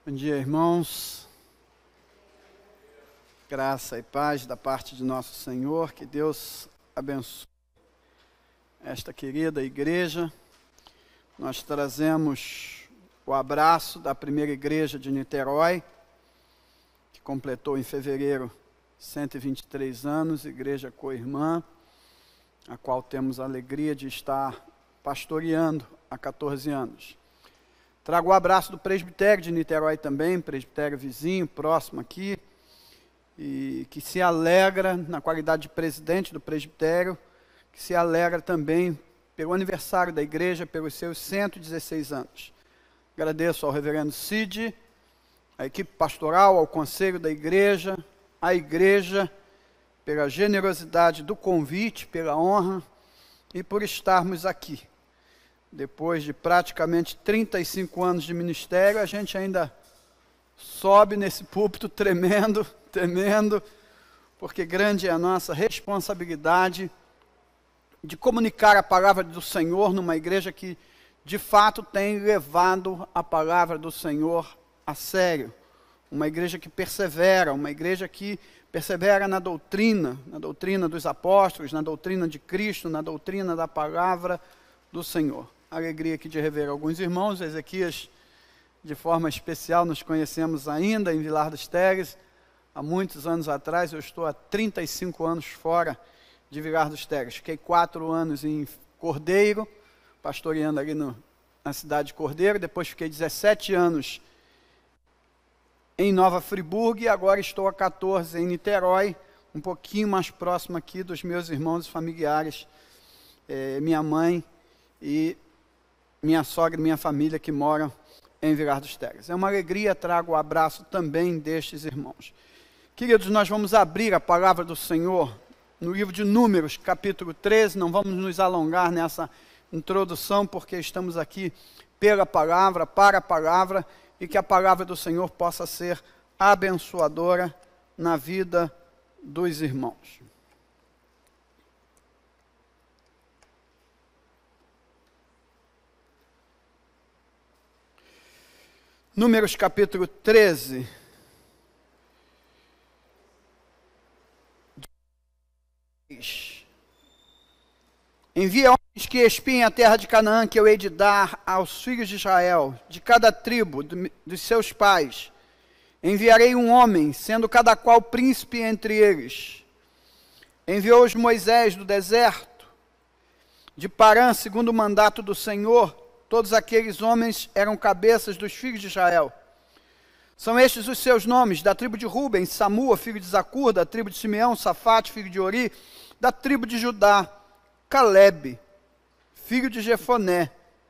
Bom dia, irmãos. Graça e paz da parte de nosso Senhor. Que Deus abençoe esta querida igreja. Nós trazemos o abraço da primeira igreja de Niterói, que completou em fevereiro 123 anos, igreja co-irmã, a qual temos a alegria de estar pastoreando há 14 anos. Trago o abraço do presbitério de Niterói também, presbitério vizinho, próximo aqui, e que se alegra na qualidade de presidente do presbitério, que se alegra também pelo aniversário da igreja, pelos seus 116 anos. Agradeço ao reverendo Cid, à equipe pastoral, ao conselho da igreja, à igreja, pela generosidade do convite, pela honra e por estarmos aqui. Depois de praticamente 35 anos de ministério, a gente ainda sobe nesse púlpito tremendo, temendo, porque grande é a nossa responsabilidade de comunicar a palavra do Senhor numa igreja que, de fato, tem levado a palavra do Senhor a sério. Uma igreja que persevera, uma igreja que persevera na doutrina dos apóstolos, na doutrina de Cristo, na doutrina da palavra do Senhor. Alegria aqui de rever alguns irmãos. Ezequias, de forma especial, nos conhecemos ainda em Vilar dos Teres. Há muitos anos atrás, eu estou há 35 anos fora de Vilar dos Teres. Fiquei 4 anos em Cordeiro, pastoreando ali na cidade de Cordeiro. Depois fiquei 17 anos em Nova Friburgo e agora estou há 14 em Niterói, um pouquinho mais próximo aqui dos meus irmãos e familiares, minha mãe e minha sogra e minha família que moram em Vilar dos Teres. É uma alegria, trago o abraço também destes irmãos. Queridos, nós vamos abrir a palavra do Senhor no livro de Números, capítulo 13, não vamos nos alongar nessa introdução, porque estamos aqui pela palavra, para a palavra, e que a palavra do Senhor possa ser abençoadora na vida dos irmãos. Números capítulo 13. Envia homens que espiem a terra de Canaã, que eu hei de dar aos filhos de Israel, de cada tribo dos seus pais. Enviarei um homem, sendo cada qual príncipe entre eles. Enviou-os Moisés do deserto de Parã, segundo o mandato do Senhor. Todos aqueles homens eram cabeças dos filhos de Israel. São estes os seus nomes: da tribo de Ruben, Samua, filho de Zacur; da tribo de Simeão, Safate, filho de Ori; da tribo de Judá, Calebe, filho de Jefoné;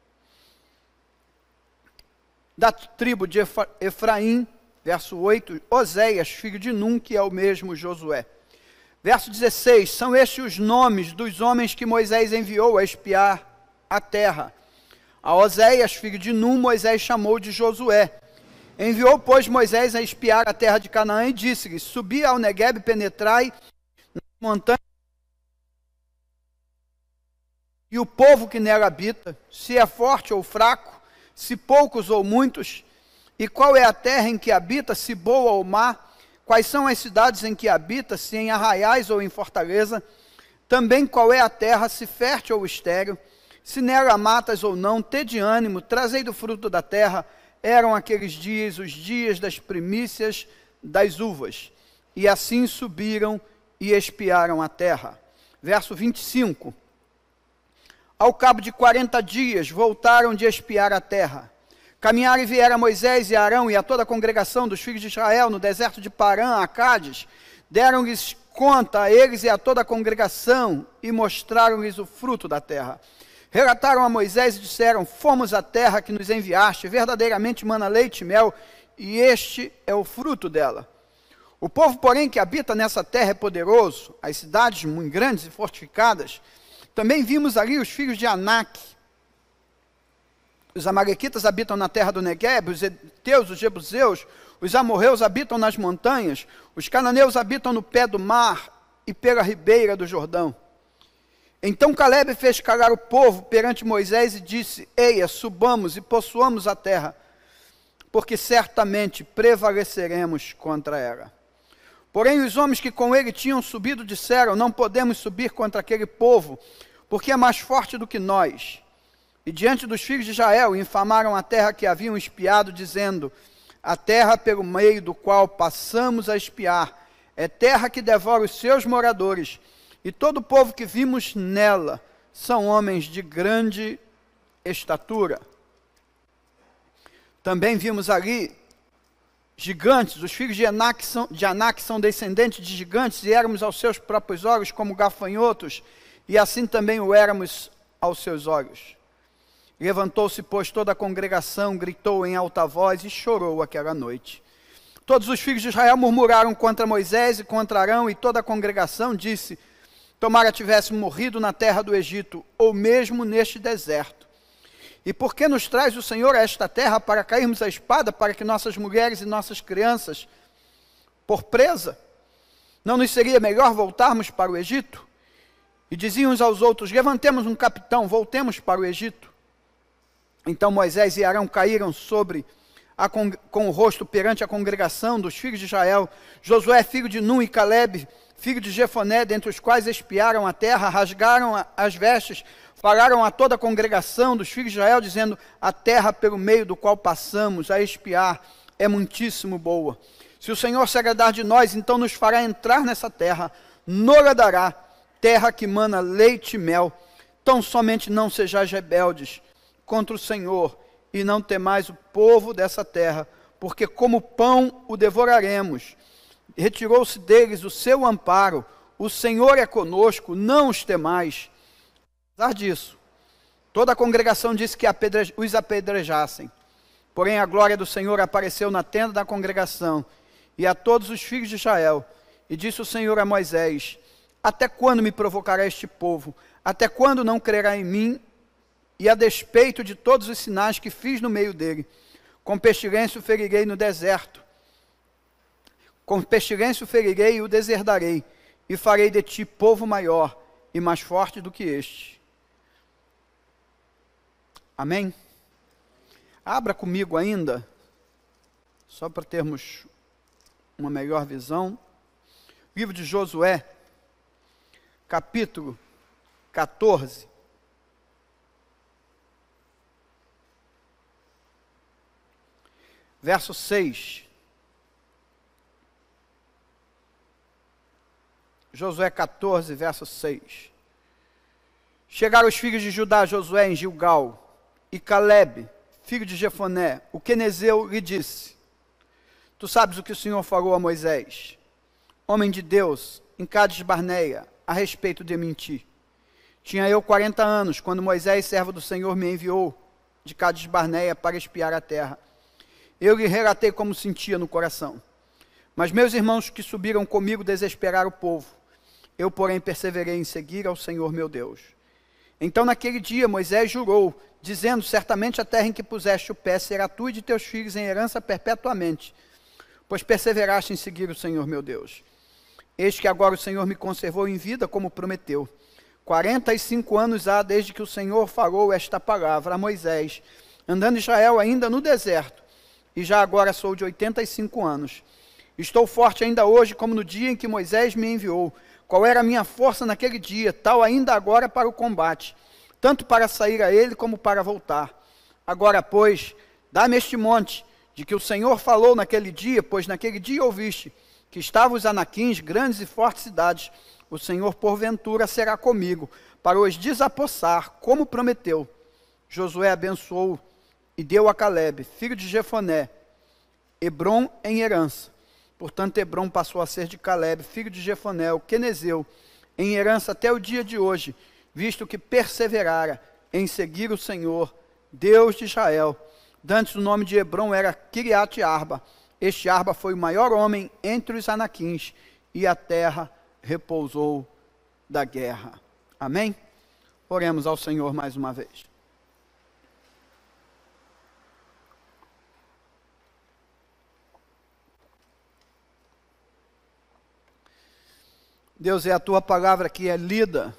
da tribo de Efraim, verso 8, Oséias, filho de Num, que é o mesmo Josué. Verso 16, são estes os nomes dos homens que Moisés enviou a espiar a terra. A Oséias, filho de Num, Moisés chamou de Josué. Enviou, pois, Moisés a espiar a terra de Canaã e disse-lhe: subi ao Neguebe, penetrai nas montanhas, e o povo que nela habita, se é forte ou fraco, se poucos ou muitos, e qual é a terra em que habita, se boa ou má, quais são as cidades em que habita, se em arraiais ou em fortaleza, também qual é a terra, se fértil ou estéril, se nela matas ou não, tede ânimo, trazei do fruto da terra. Eram aqueles dias os dias das primícias das uvas. E assim subiram e espiaram a terra. Verso 25. Ao cabo de 40 dias, voltaram de espiar a terra. Caminharam e vieram a Moisés e a Arão e a toda a congregação dos filhos de Israel no deserto de Parã, a Cádiz. Deram-lhes conta a eles e a toda a congregação e mostraram-lhes o fruto da terra. Relataram a Moisés e disseram: fomos à terra que nos enviaste, verdadeiramente mana leite e mel, e este é o fruto dela. O povo, porém, que habita nessa terra é poderoso, as cidades muito grandes e fortificadas. Também vimos ali os filhos de Anak. Os amalequitas habitam na terra do Neguebe, os heteus, os jebuseus, os amorreus habitam nas montanhas, os cananeus habitam no pé do mar e pela ribeira do Jordão. Então Calebe fez calar o povo perante Moisés e disse: eia, subamos e possuamos a terra, porque certamente prevaleceremos contra ela. Porém, os homens que com ele tinham subido disseram: não podemos subir contra aquele povo, porque é mais forte do que nós. E diante dos filhos de Israel infamaram a terra que haviam espiado, dizendo: a terra pelo meio do qual passamos a espiar é terra que devora os seus moradores, e todo o povo que vimos nela são homens de grande estatura. Também vimos ali gigantes, os filhos de Anak são descendentes de gigantes, e éramos aos seus próprios olhos como gafanhotos, e assim também o éramos aos seus olhos. Levantou-se, pois, toda a congregação, gritou em alta voz e chorou aquela noite. Todos os filhos de Israel murmuraram contra Moisés e contra Arão, e toda a congregação disse: tomara tivéssemos morrido na terra do Egito, ou mesmo neste deserto. E por que nos traz o Senhor a esta terra para cairmos à espada, para que nossas mulheres e nossas crianças por presa? Não nos seria melhor voltarmos para o Egito? E diziam uns aos outros: levantemos um capitão, voltemos para o Egito. Então Moisés e Arão caíram com o rosto perante a congregação dos filhos de Israel. Josué, filho de Nun, e Calebe, filho de Jefoné, dentre os quais espiaram a terra, rasgaram as vestes, falaram a toda a congregação dos filhos de Israel, dizendo: a terra pelo meio do qual passamos a espiar é muitíssimo boa. Se o Senhor se agradar de nós, então nos fará entrar nessa terra, nos dará, terra que mana leite e mel. Tão somente não sejais rebeldes contra o Senhor, e não temais o povo dessa terra, porque como pão o devoraremos. Retirou-se deles o seu amparo, o Senhor é conosco, não os temais. Apesar disso, toda a congregação disse que os apedrejassem. Porém a glória do Senhor apareceu na tenda da congregação e a todos os filhos de Israel. E disse o Senhor a Moisés: até quando me provocará este povo? Até quando não crerá em mim? E a despeito de todos os sinais que fiz no meio dele, com pestilência o ferirei no deserto. Com pestilência o ferirei e o deserdarei, e farei de ti povo maior e mais forte do que este. Amém? Abra comigo ainda, só para termos uma melhor visão. Livro de Josué, capítulo 14. Verso 6. Josué 14, verso 6. Chegaram os filhos de Judá a Josué em Gilgal, e Calebe, filho de Jefoné, o quenezeu, lhe disse: tu sabes o que o Senhor falou a Moisés, homem de Deus, em Cades Barneia, a respeito de mentir. Tinha eu 40 anos, quando Moisés, servo do Senhor, me enviou de Cades Barneia para espiar a terra. Eu lhe relatei como sentia no coração. Mas meus irmãos que subiram comigo desesperaram o povo. Eu, porém, perseverei em seguir ao Senhor meu Deus. Então, naquele dia, Moisés jurou, dizendo: certamente a terra em que puseste o pé será tua e de teus filhos em herança perpetuamente, pois perseveraste em seguir o Senhor meu Deus. Eis que agora o Senhor me conservou em vida, como prometeu. 45 anos há desde que o Senhor falou esta palavra a Moisés, andando Israel ainda no deserto. E já agora sou de 85 anos. Estou forte ainda hoje, como no dia em que Moisés me enviou. Qual era a minha força naquele dia, tal ainda agora para o combate, tanto para sair a ele como para voltar. Agora, pois, dá-me este monte, de que o Senhor falou naquele dia, pois naquele dia ouviste, que estavam os anaquins, grandes e fortes cidades. O Senhor, porventura, será comigo, para os desapossar, como prometeu. Josué abençoou e deu a Calebe, filho de Jefoné, Hebrom em herança. Portanto, Hebrom passou a ser de Calebe, filho de Jefoné, o quenezeu, em herança até o dia de hoje, visto que perseverara em seguir o Senhor, Deus de Israel. Dantes o nome de Hebrom era Kiriat Arba. Este Arba foi o maior homem entre os anaquins, e a terra repousou da guerra. Amém? Oremos ao Senhor mais uma vez. Deus, é a tua palavra que é lida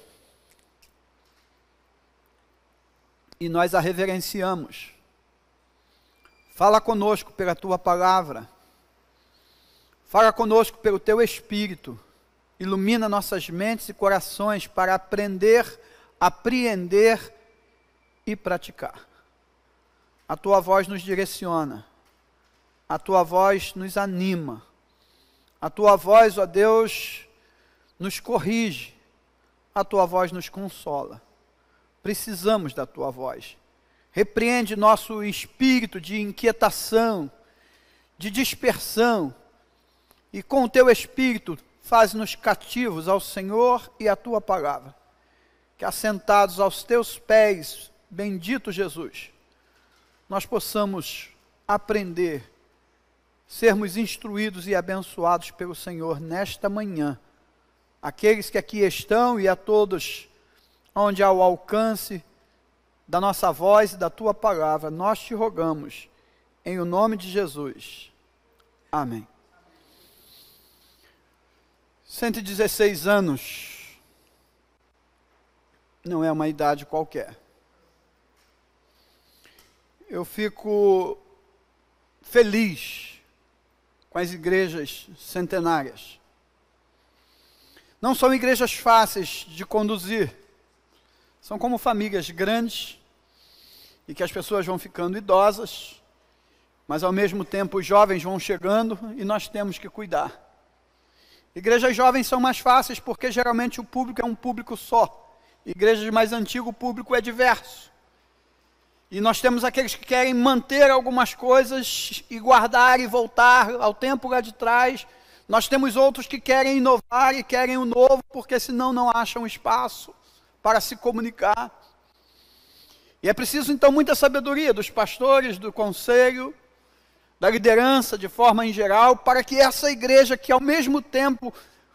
e nós a reverenciamos. Fala conosco pela tua palavra. Fala conosco pelo teu Espírito. Ilumina nossas mentes e corações para aprender, apreender e praticar. A tua voz nos direciona. A tua voz nos anima. A tua voz, ó Deus, nos corrige. A tua voz nos consola. Precisamos da tua voz. Repreende nosso espírito de inquietação, de dispersão, e com o teu Espírito faz-nos cativos ao Senhor e à tua palavra. Que assentados aos teus pés, bendito Jesus, nós possamos aprender, sermos instruídos e abençoados pelo Senhor nesta manhã. Aqueles que aqui estão e a todos onde há o alcance da nossa voz e da tua palavra, nós te rogamos, em o nome de Jesus. Amém. 116 anos não é uma idade qualquer. Eu fico feliz com as igrejas centenárias. Não são igrejas fáceis de conduzir. São como famílias grandes e que as pessoas vão ficando idosas, mas ao mesmo tempo os jovens vão chegando e nós temos que cuidar. Igrejas jovens são mais fáceis porque geralmente o público é um público só. Igrejas mais antigas, o público é diverso. E nós temos aqueles que querem manter algumas coisas e guardar e voltar ao tempo lá de trás. Nós temos outros que querem inovar e querem o novo, porque senão não acham espaço para se comunicar. E é preciso então muita sabedoria dos pastores, do conselho, da liderança de forma em geral, para que essa igreja, que ao mesmo tempo,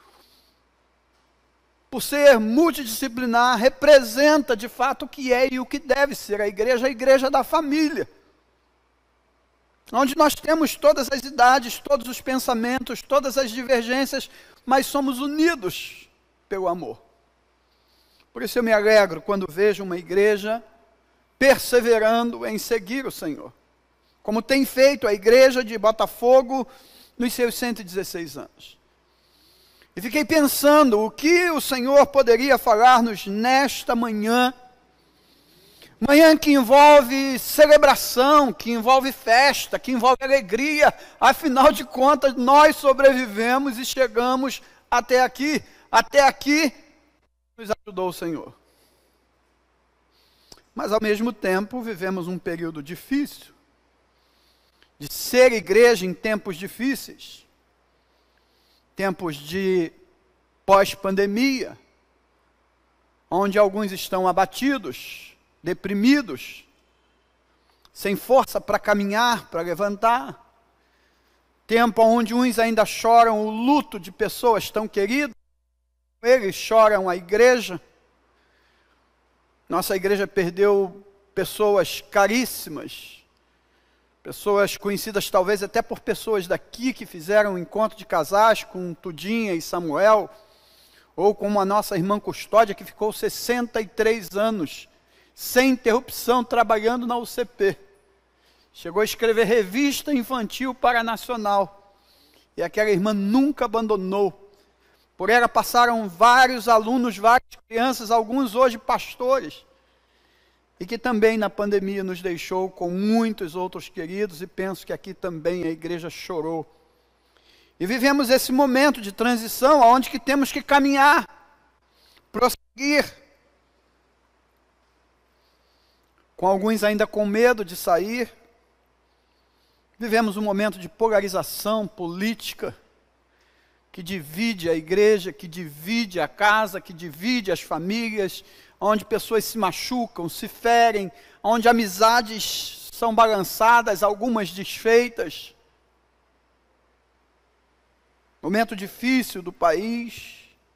por ser multidisciplinar, representa de fato o que é e o que deve ser a igreja da família. Onde nós temos todas as idades, todos os pensamentos, todas as divergências, mas somos unidos pelo amor. Por isso eu me alegro quando vejo uma igreja perseverando em seguir o Senhor, como tem feito a igreja de Botafogo nos seus 116 anos. E fiquei pensando o que o Senhor poderia falar-nos nesta manhã, manhã que envolve celebração, que envolve festa, que envolve alegria. Afinal de contas, nós sobrevivemos e chegamos até aqui. Até aqui nos ajudou o Senhor. Mas ao mesmo tempo vivemos um período difícil, de ser igreja em tempos difíceis, tempos de pós-pandemia, onde alguns estão abatidos, deprimidos, sem força para caminhar, para levantar, tempo onde uns ainda choram o luto de pessoas tão queridas, eles choram a igreja. Nossa igreja perdeu pessoas caríssimas, pessoas conhecidas talvez até por pessoas daqui que fizeram um encontro de casais com Tudinha e Samuel, ou como a nossa irmã Custódia, que ficou 63 anos, sem interrupção, trabalhando na UCP. Chegou a escrever revista infantil para a Nacional, e aquela irmã nunca abandonou. Por ela passaram vários alunos, várias crianças, alguns hoje pastores, e que também na pandemia nos deixou com muitos outros queridos, e penso que aqui também a igreja chorou. E vivemos esse momento de transição, onde que temos que caminhar, prosseguir, com alguns ainda com medo de sair. Vivemos um momento de polarização política, que divide a igreja, que divide a casa, que divide as famílias, onde pessoas se machucam, se ferem, onde amizades são balançadas, algumas desfeitas. Momento difícil do país.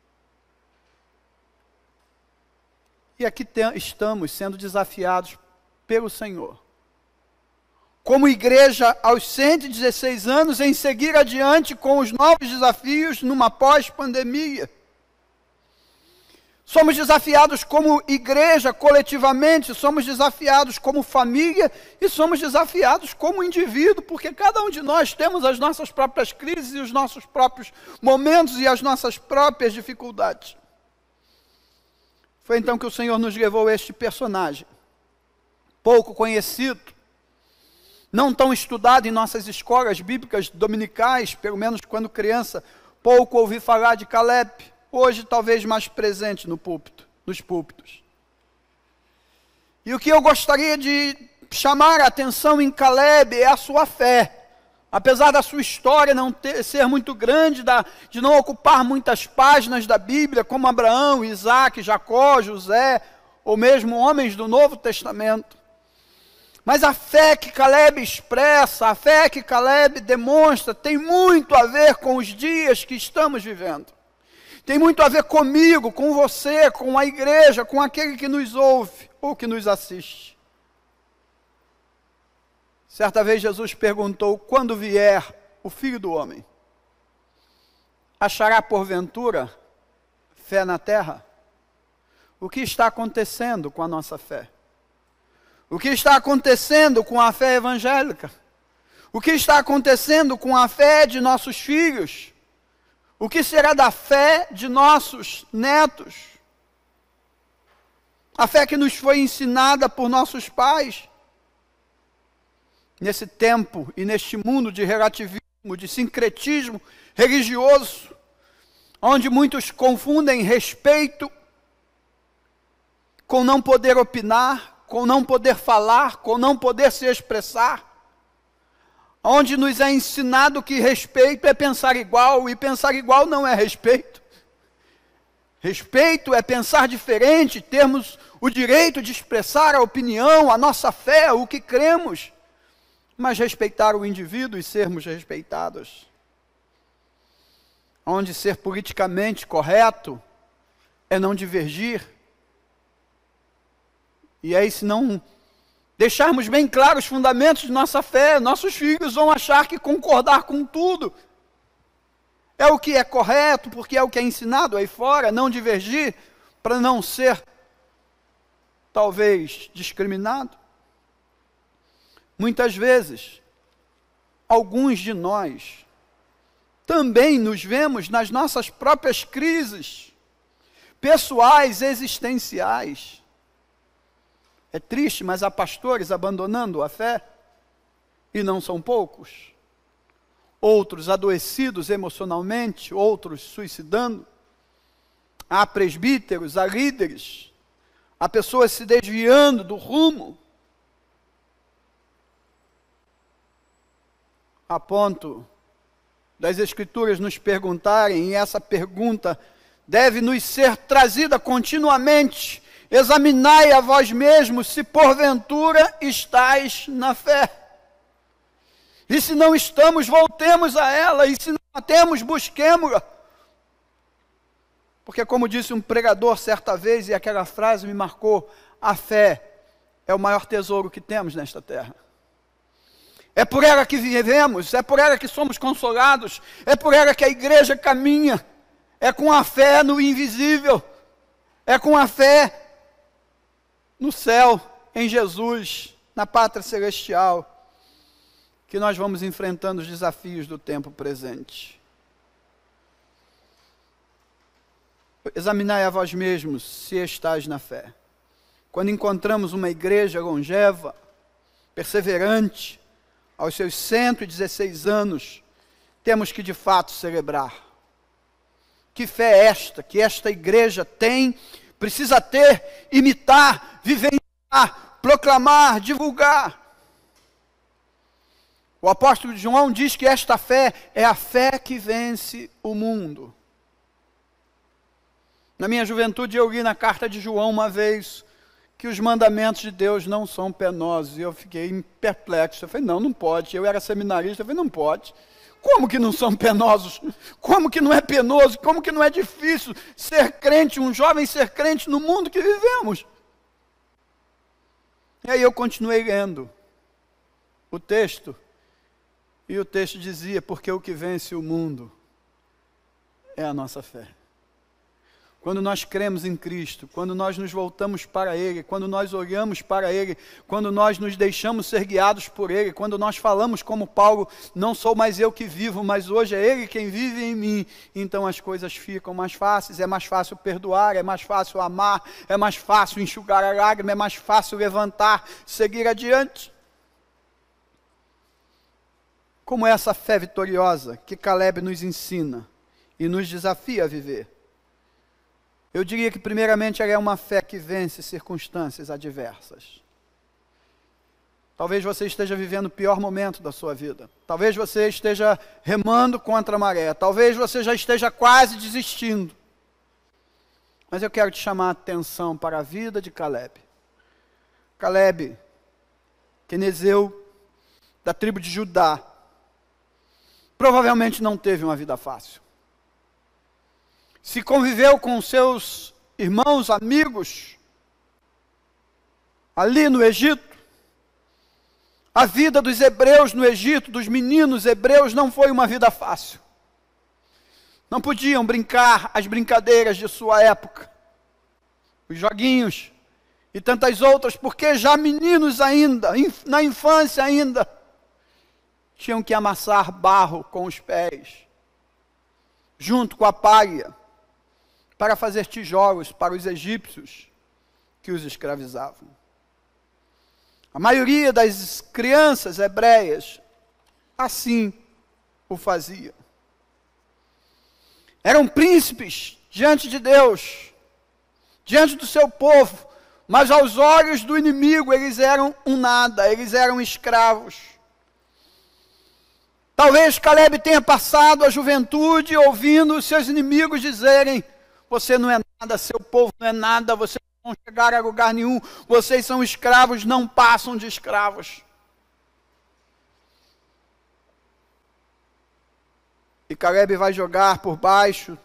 E aqui estamos sendo desafiados pelo Senhor, como igreja aos 116 anos, em seguir adiante com os novos desafios numa pós-pandemia. Somos desafiados como igreja, coletivamente, somos desafiados como família e somos desafiados como indivíduo, porque cada um de nós temos as nossas próprias crises e os nossos próprios momentos e as nossas próprias dificuldades. Foi então que o Senhor nos levou a este personagem, pouco conhecido, não tão estudado em nossas escolas bíblicas dominicais, pelo menos quando criança, pouco ouvi falar de Caleb. Hoje talvez mais presente no púlpito, nos púlpitos. E o que eu gostaria de chamar a atenção em Caleb é a sua fé. Apesar da sua história não ser muito grande, de não ocupar muitas páginas da Bíblia, como Abraão, Isaac, Jacó, José, ou mesmo homens do Novo Testamento. Mas a fé que Caleb expressa, a fé que Caleb demonstra, tem muito a ver com os dias que estamos vivendo. Tem muito a ver comigo, com você, com a igreja, com aquele que nos ouve ou que nos assiste. Certa vez Jesus perguntou: quando vier o Filho do Homem, achará porventura fé na terra? O que está acontecendo com a nossa fé? O que está acontecendo com a fé evangélica? O que está acontecendo com a fé de nossos filhos? O que será da fé de nossos netos? A fé que nos foi ensinada por nossos pais? Nesse tempo e neste mundo de relativismo, de sincretismo religioso, onde muitos confundem respeito com não poder opinar, com não poder falar, com não poder se expressar, onde nos é ensinado que respeito é pensar igual, e pensar igual não é respeito. Respeito é pensar diferente, termos o direito de expressar a opinião, a nossa fé, o que cremos, mas respeitar o indivíduo e sermos respeitados. Onde ser politicamente correto é não divergir. E aí, se não deixarmos bem claros os fundamentos de nossa fé, nossos filhos vão achar que concordar com tudo é o que é correto, porque é o que é ensinado aí fora, não divergir, para não ser, talvez, discriminado. Muitas vezes, alguns de nós também nos vemos nas nossas próprias crises pessoais, existenciais. É triste, mas há pastores abandonando a fé, e não são poucos. Outros adoecidos emocionalmente, outros suicidando. Há presbíteros, há líderes, há pessoas se desviando do rumo, a ponto das Escrituras nos perguntarem, e essa pergunta deve nos ser trazida continuamente: examinai a vós mesmos se porventura estáis na fé. E se não estamos, voltemos a ela, e se não a temos, busquemos-la. Porque, como disse um pregador certa vez, e aquela frase me marcou, a fé é o maior tesouro que temos nesta terra. É por ela que vivemos, é por ela que somos consolados, é por ela que a igreja caminha, é com a fé no invisível, é com a fé no céu, em Jesus, na pátria celestial, que nós vamos enfrentando os desafios do tempo presente. Examinai a vós mesmos se estáis na fé. Quando encontramos uma igreja longeva, perseverante, aos seus 116 anos, temos que de fato celebrar. Que fé é esta que esta igreja tem, precisa ter, imitar, vivenciar, proclamar, divulgar. O apóstolo João diz que esta fé é a fé que vence o mundo. Na minha juventude eu li na carta de João uma vez que os mandamentos de Deus não são penosos. E eu fiquei perplexo. Eu falei, não pode. Eu era seminarista, eu falei, não pode. Como que não são penosos? Como que não é penoso? Como que não é difícil ser crente, um jovem ser crente no mundo que vivemos? E aí eu continuei lendo o texto. E o texto dizia, porque o que vence o mundo é a nossa fé. quando nós cremos em Cristo, quando nós nos voltamos para Ele, quando nós olhamos para Ele, quando nós nos deixamos ser guiados por Ele, quando nós falamos como Paulo, não sou mais eu que vivo, mas hoje é Ele quem vive em mim, então as coisas ficam mais fáceis, é mais fácil perdoar, é mais fácil amar, é mais fácil enxugar a lágrima, é mais fácil levantar, seguir adiante. Como é essa fé vitoriosa que Caleb nos ensina e nos desafia a viver? Eu diria que primeiramente ela é uma fé que vence circunstâncias adversas. Talvez você esteja vivendo o pior momento da sua vida. Talvez você esteja remando contra a maré. Talvez você já esteja quase desistindo. Mas eu quero te chamar a atenção para a vida de Caleb. Caleb, quenezeu da tribo de Judá, provavelmente não teve uma vida fácil. Se conviveu com seus irmãos, amigos, ali no Egito. A vida dos hebreus no Egito, dos meninos hebreus, não foi uma vida fácil. Não podiam brincar as brincadeiras de sua época, os joguinhos e tantas outras, porque já meninos ainda, na infância ainda, tinham que amassar barro com os pés, junto com a palha, para fazer tijolos para os egípcios que os escravizavam. A maioria das crianças hebreias assim o fazia. Eram príncipes diante de Deus, diante do seu povo, mas aos olhos do inimigo eles eram um nada, eles eram escravos. Talvez Caleb tenha passado a juventude ouvindo os seus inimigos dizerem: você não é nada, seu povo não é nada, vocês não vão chegar a lugar nenhum, vocês são escravos, não passam de escravos. E Caleb vai jogar por baixo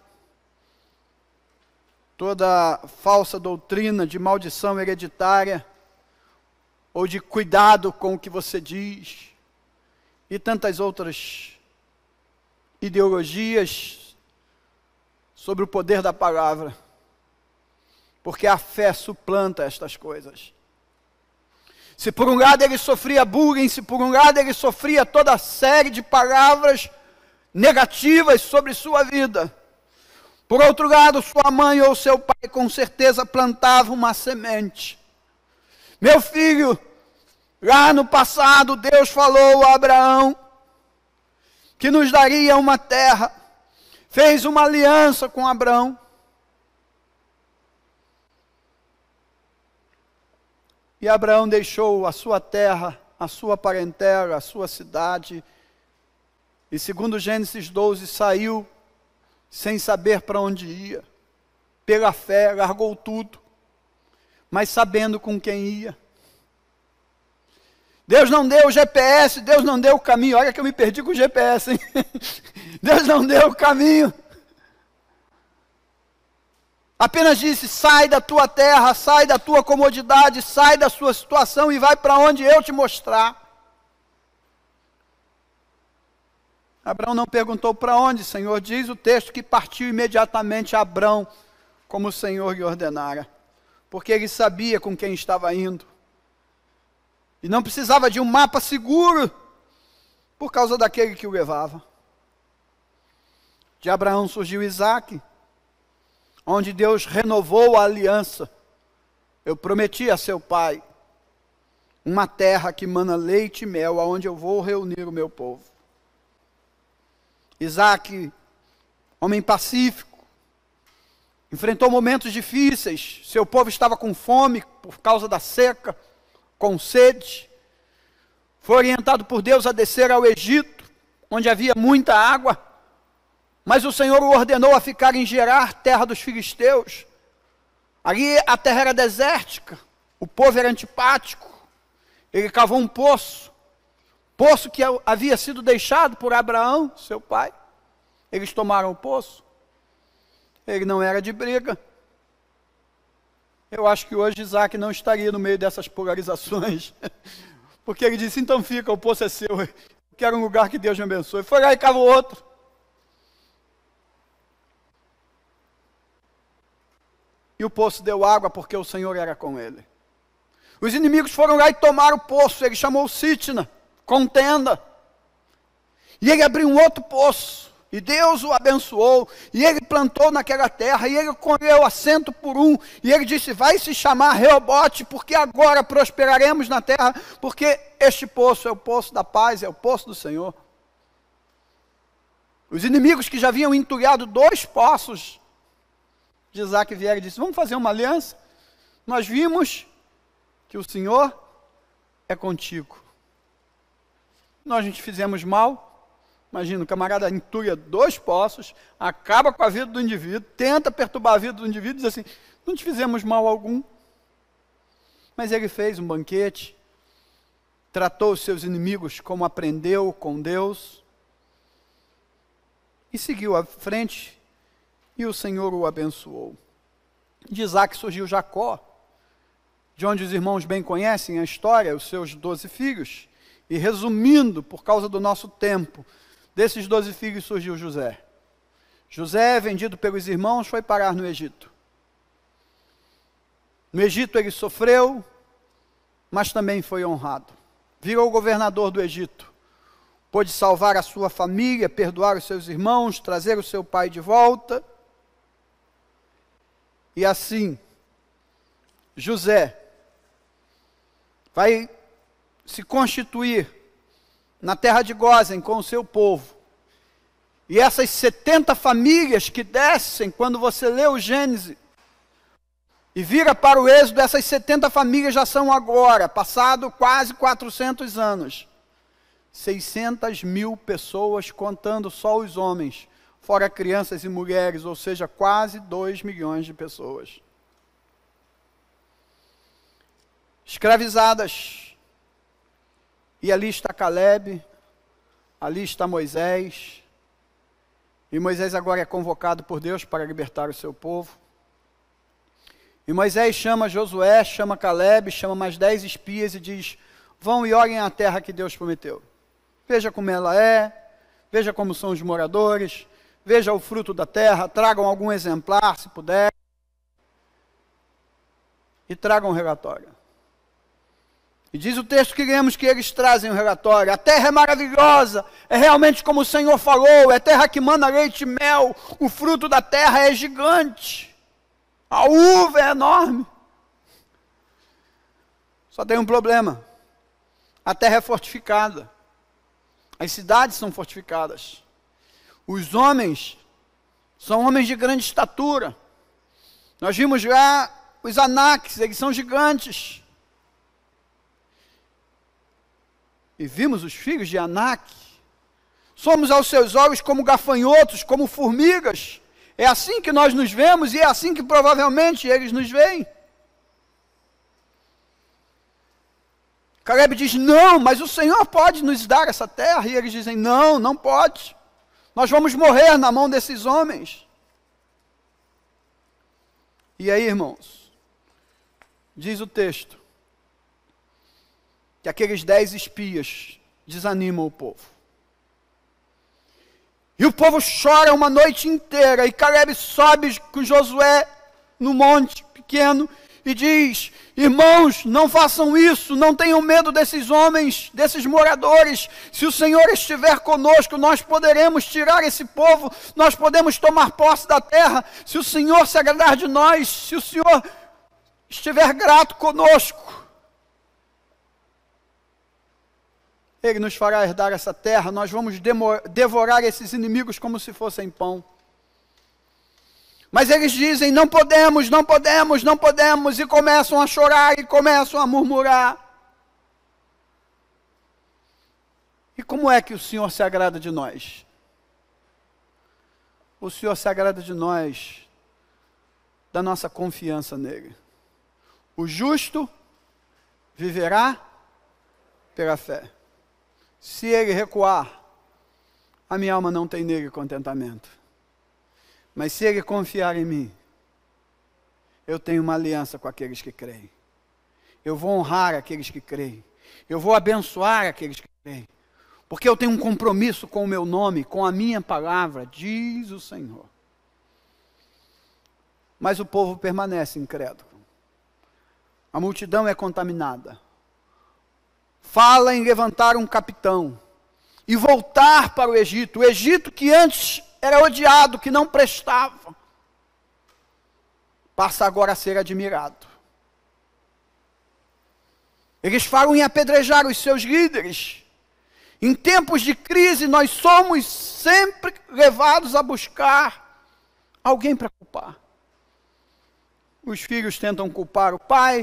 toda falsa doutrina de maldição hereditária, ou de cuidado com o que você diz, e tantas outras ideologias sobre o poder da palavra, porque a fé suplanta estas coisas. Se por um lado ele sofria bullying, se por um lado ele sofria toda a série de palavras negativas sobre sua vida, por outro lado, sua mãe ou seu pai com certeza plantavam uma semente. Meu filho, lá no passado Deus falou a Abraão que nos daria uma terra, fez uma aliança com Abraão. E Abraão deixou a sua terra, a sua parentela, a sua cidade, e segundo Gênesis 12, saiu sem saber para onde ia. Pela fé, largou tudo, mas sabendo com quem ia. Deus não deu o GPS, Deus não deu o caminho. Olha que eu me perdi com o GPS, hein? Deus não deu o caminho. Apenas disse: sai da tua terra, sai da tua comodidade, sai da sua situação e vai para onde eu te mostrar. Abraão não perguntou para onde, Senhor. Diz o texto que partiu imediatamente Abraão, como o Senhor lhe ordenara, porque ele sabia com quem estava indo. E não precisava de um mapa seguro, por causa daquele que o levava. De Abraão surgiu Isaque, onde Deus renovou a aliança. Eu prometi a seu pai uma terra que mana leite e mel, aonde eu vou reunir o meu povo. Isaque, homem pacífico, enfrentou momentos difíceis. Seu povo estava com fome por causa da seca, com sede. Foi orientado por Deus a descer ao Egito, onde havia muita água, mas o Senhor o ordenou a ficar em Gerar, terra dos filisteus. Ali a terra era desértica, o povo era antipático. Ele cavou um poço que havia sido deixado por Abraão, seu pai. Eles tomaram o poço. Ele não era de briga. Eu acho que hoje Isaac não estaria no meio dessas polarizações, porque ele disse: então fica, o poço é seu, eu quero um lugar que Deus me abençoe. Foi lá e cavou outro. e o poço deu água porque o Senhor era com ele. Os inimigos foram lá e tomaram o poço, ele chamou Sitna, contenda. E ele abriu um outro poço, e Deus o abençoou, e ele plantou naquela terra, e ele colheu a 100 por 1, e ele disse, vai se chamar Reobote, porque agora prosperaremos na terra, porque este poço é o poço da paz, é o poço do Senhor. Os inimigos que já haviam entulhado 2 poços de Isaac vieram e disseram, vamos fazer uma aliança? Nós vimos que o Senhor é contigo. Nós não te fizemos mal. Imagina, o camarada entulha 2 poços, acaba com a vida do indivíduo, tenta perturbar a vida do indivíduo e diz assim, não te fizemos mal algum. Mas ele fez um banquete, tratou os seus inimigos como aprendeu com Deus, e seguiu à frente, e o Senhor o abençoou. De Isaac surgiu Jacó, de onde os irmãos bem conhecem a história, os seus 12 filhos. E resumindo, por causa do nosso tempo, desses 12 filhos surgiu José. José, vendido pelos irmãos, foi parar no Egito. No Egito ele sofreu, mas também foi honrado. Virou governador do Egito. Pôde salvar a sua família, perdoar os seus irmãos, trazer o seu pai de volta. E assim, José vai se constituir na terra de Gósen com o seu povo. E essas 70 famílias que descem, quando você lê o Gênesis, e vira para o Êxodo, essas 70 famílias já são agora, passado quase 400 anos, 600 mil pessoas, contando só os homens, fora crianças e mulheres, ou seja, quase 2 milhões de pessoas. Escravizadas. E ali está Caleb, ali está Moisés. E Moisés agora é convocado por Deus para libertar o seu povo. E Moisés chama Josué, chama Caleb, chama mais 10 espias e diz, vão e olhem a terra que Deus prometeu. Veja como ela é, veja como são os moradores, veja o fruto da terra, tragam algum exemplar, se puder, e tragam um relatório. E diz o texto que lemos que eles trazem um relatório. A terra é maravilhosa, é realmente como o Senhor falou, é terra que manda leite e mel, o fruto da terra é gigante, a uva é enorme. Só tem um problema, a terra é fortificada, as cidades são fortificadas, os homens são homens de grande estatura. Nós vimos lá os Anaques, eles são gigantes. E vimos os filhos de Anak. Somos aos seus olhos como gafanhotos, como formigas. É assim que nós nos vemos e é assim que provavelmente eles nos veem. Caleb diz, não, mas o Senhor pode nos dar essa terra. E eles dizem, não, não pode. Nós vamos morrer na mão desses homens. E aí, irmãos, diz o texto, que aqueles 10 espias desanimam o povo. E o povo chora uma noite inteira, e Caleb sobe com Josué no monte pequeno, e diz, irmãos, não façam isso, não tenham medo desses homens, desses moradores, se o Senhor estiver conosco, nós poderemos tirar esse povo, nós podemos tomar posse da terra, se o Senhor se agradar de nós, se o Senhor estiver grato conosco, Ele nos fará herdar essa terra, nós vamos devorar esses inimigos como se fossem pão. Mas eles dizem, não podemos, não podemos, não podemos, e começam a chorar, e começam a murmurar. E como é que o Senhor se agrada de nós? O Senhor se agrada de nós, da nossa confiança nele. O justo viverá pela fé. Se ele recuar, a minha alma não tem nele contentamento. Mas se ele confiar em mim, eu tenho uma aliança com aqueles que creem. Eu vou honrar aqueles que creem. Eu vou abençoar aqueles que creem. Porque eu tenho um compromisso com o meu nome, com a minha palavra, diz o Senhor. Mas o povo permanece incrédulo. A multidão é contaminada. Fala em levantar um capitão e voltar para o Egito. O Egito que antes era odiado, que não prestava, passa agora a ser admirado. Eles falam em apedrejar os seus líderes. Em tempos de crise, nós somos sempre levados a buscar alguém para culpar. Os filhos tentam culpar o pai.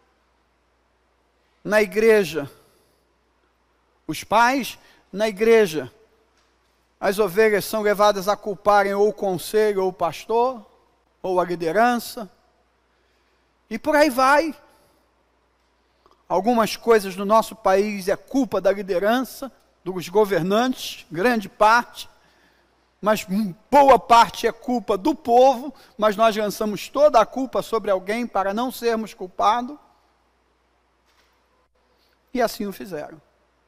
Na igreja, os pais, na igreja, as ovelhas são levadas a culparem ou o conselho, ou o pastor, ou a liderança, e por aí vai. Algumas coisas no nosso país é culpa da liderança, dos governantes, grande parte, mas boa parte é culpa do povo, mas nós lançamos toda a culpa sobre alguém para não sermos culpados. E assim o fizeram.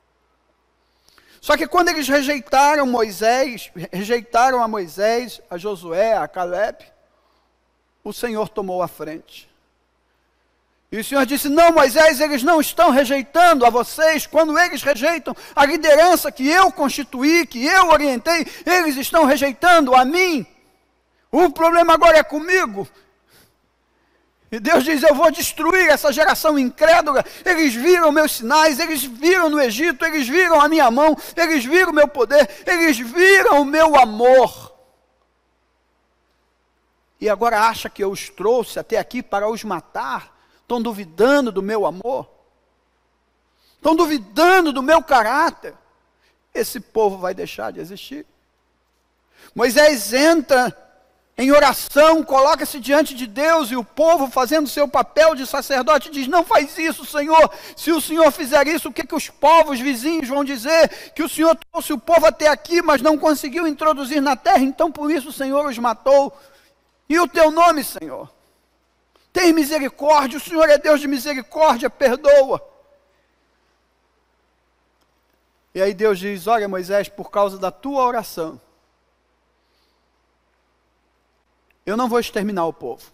Só que quando eles rejeitaram a Moisés, a Josué, a Caleb, o Senhor tomou a frente. E o Senhor disse: não, Moisés, eles não estão rejeitando a vocês. Quando eles rejeitam a liderança que eu constituí, que eu orientei, eles estão rejeitando a mim. O problema agora é comigo. E Deus diz: eu vou destruir essa geração incrédula. Eles viram meus sinais, eles viram no Egito, eles viram a minha mão, eles viram o meu poder, eles viram o meu amor. E agora acha que eu os trouxe até aqui para os matar? Estão duvidando do meu amor? Estão duvidando do meu caráter? Esse povo vai deixar de existir. Moisés entra em oração, coloca-se diante de Deus, e o povo, fazendo seu papel de sacerdote, diz: não faz isso, Senhor. Se o Senhor fizer isso, o que os povos vizinhos vão dizer? Que o Senhor trouxe o povo até aqui, mas não conseguiu introduzir na terra, então por isso o Senhor os matou. E o teu nome, Senhor? Tem misericórdia, o Senhor é Deus de misericórdia, perdoa. E aí Deus diz: olha, Moisés, por causa da tua oração, eu não vou exterminar o povo,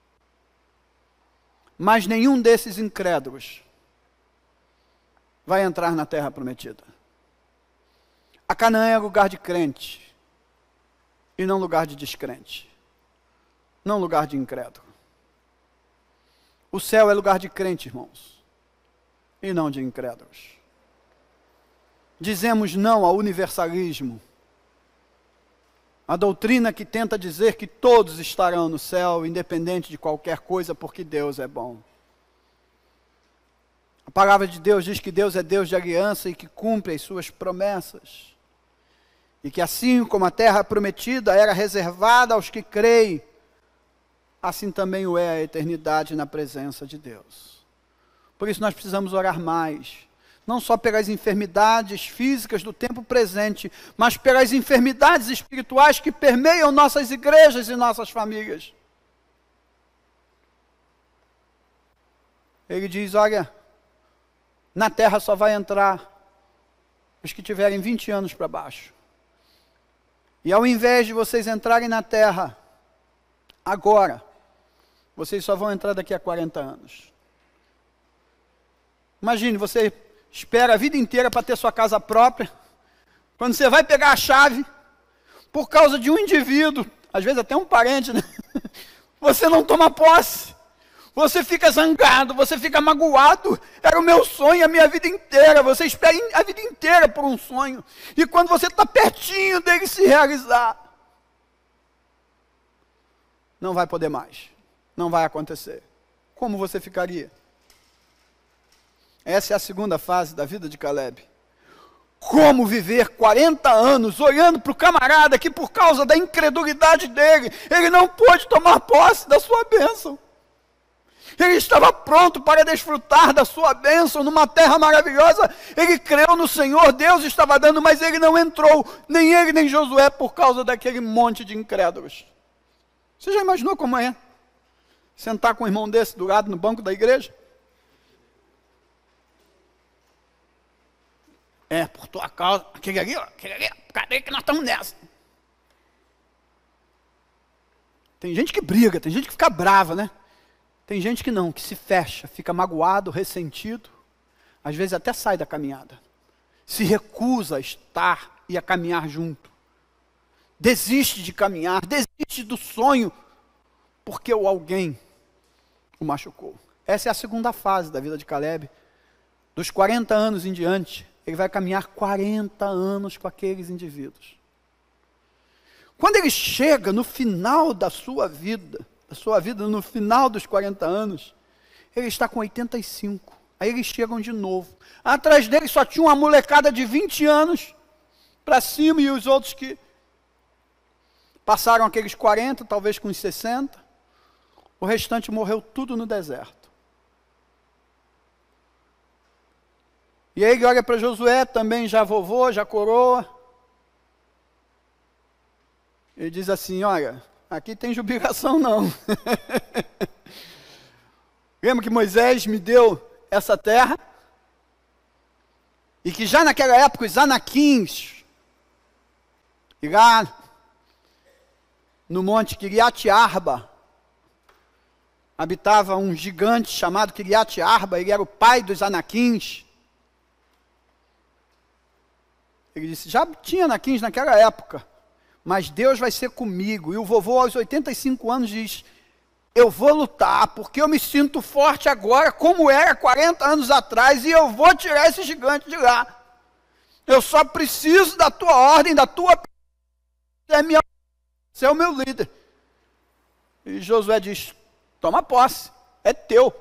mas nenhum desses incrédulos vai entrar na terra prometida. A Canaã é lugar de crente, e não lugar de descrente, não lugar de incrédulo. O céu é lugar de crente, irmãos, e não de incrédulos. Dizemos não ao universalismo, a doutrina que tenta dizer que todos estarão no céu, independente de qualquer coisa, porque Deus é bom. A palavra de Deus diz que Deus é Deus de aliança e que cumpre as suas promessas. E que assim como a terra prometida era reservada aos que creem, assim também o é a eternidade na presença de Deus. Por isso nós precisamos orar mais, não só pelas enfermidades físicas do tempo presente, mas pelas enfermidades espirituais que permeiam nossas igrejas e nossas famílias. Ele diz: olha, na terra só vai entrar os que tiverem 20 anos para baixo. E ao invés de vocês entrarem na terra agora, vocês só vão entrar daqui a 40 anos. Imagine, você espera a vida inteira para ter sua casa própria. Quando você vai pegar a chave, por causa de um indivíduo, às vezes até um parente, né? Você não toma posse. Você fica zangado, você fica magoado. Era o meu sonho a minha vida inteira. Você espera a vida inteira por um sonho. E quando você está pertinho dele se realizar, não vai poder mais. Não vai acontecer. Como você ficaria? Essa é a segunda fase da vida de Caleb. Como viver 40 anos olhando para o camarada que por causa da incredulidade dele, ele não pôde tomar posse da sua bênção. Ele estava pronto para desfrutar da sua bênção numa terra maravilhosa. Ele creu no Senhor, Deus estava dando, mas ele não entrou, nem ele nem Josué, por causa daquele monte de incrédulos. Você já imaginou como é? Sentar com um irmão desse do lado no banco da igreja? É, por tua causa, aquele ali, cadê que nós estamos nessa? Tem gente que briga, tem gente que fica brava, né? Tem gente que não, que se fecha, fica magoado, ressentido, às vezes até sai da caminhada. Se recusa a estar e a caminhar junto. Desiste de caminhar, desiste do sonho, porque alguém o machucou. Essa é a segunda fase da vida de Caleb. Dos 40 anos em diante, ele vai caminhar 40 anos com aqueles indivíduos. Quando ele chega no final da sua vida no final dos 40 anos, ele está com 85. Aí eles chegam de novo. Atrás dele só tinha uma molecada de 20 anos para cima e os outros que passaram aqueles 40, talvez com uns 60. O restante morreu tudo no deserto. E aí ele olha para Josué, também já vovô, já coroa. Ele diz assim, olha, aqui tem jubilação não. Lembra que Moisés me deu essa terra? E que já naquela época os anaquins, e lá no monte Kiriat Arba, habitava um gigante chamado Kiriat Arba, ele era o pai dos anaquins. Ele disse, já tinha anaquins naquela época, mas Deus vai ser comigo. E o vovô aos 85 anos diz, eu vou lutar, porque eu me sinto forte agora, como era 40 anos atrás, e eu vou tirar esse gigante de lá. Eu só preciso da tua ordem, da tua... Você é o meu líder. E Josué diz, toma posse, é teu.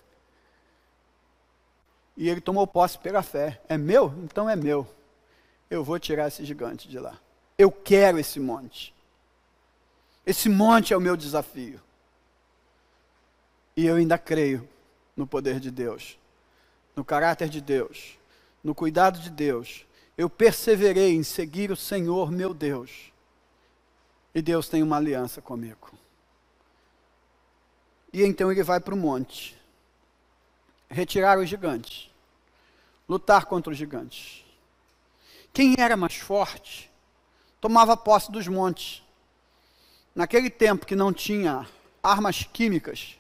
E ele tomou posse pela fé. É meu? Então é meu. Eu vou tirar esse gigante de lá. Eu quero esse monte. Esse monte é o meu desafio. E eu ainda creio no poder de Deus, no caráter de Deus, no cuidado de Deus. Eu perseverei em seguir o Senhor meu Deus. E Deus tem uma aliança comigo. E então ele vai para o monte, retirar os gigantes, lutar contra os gigantes. Quem era mais forte tomava posse dos montes. Naquele tempo que não tinha armas químicas,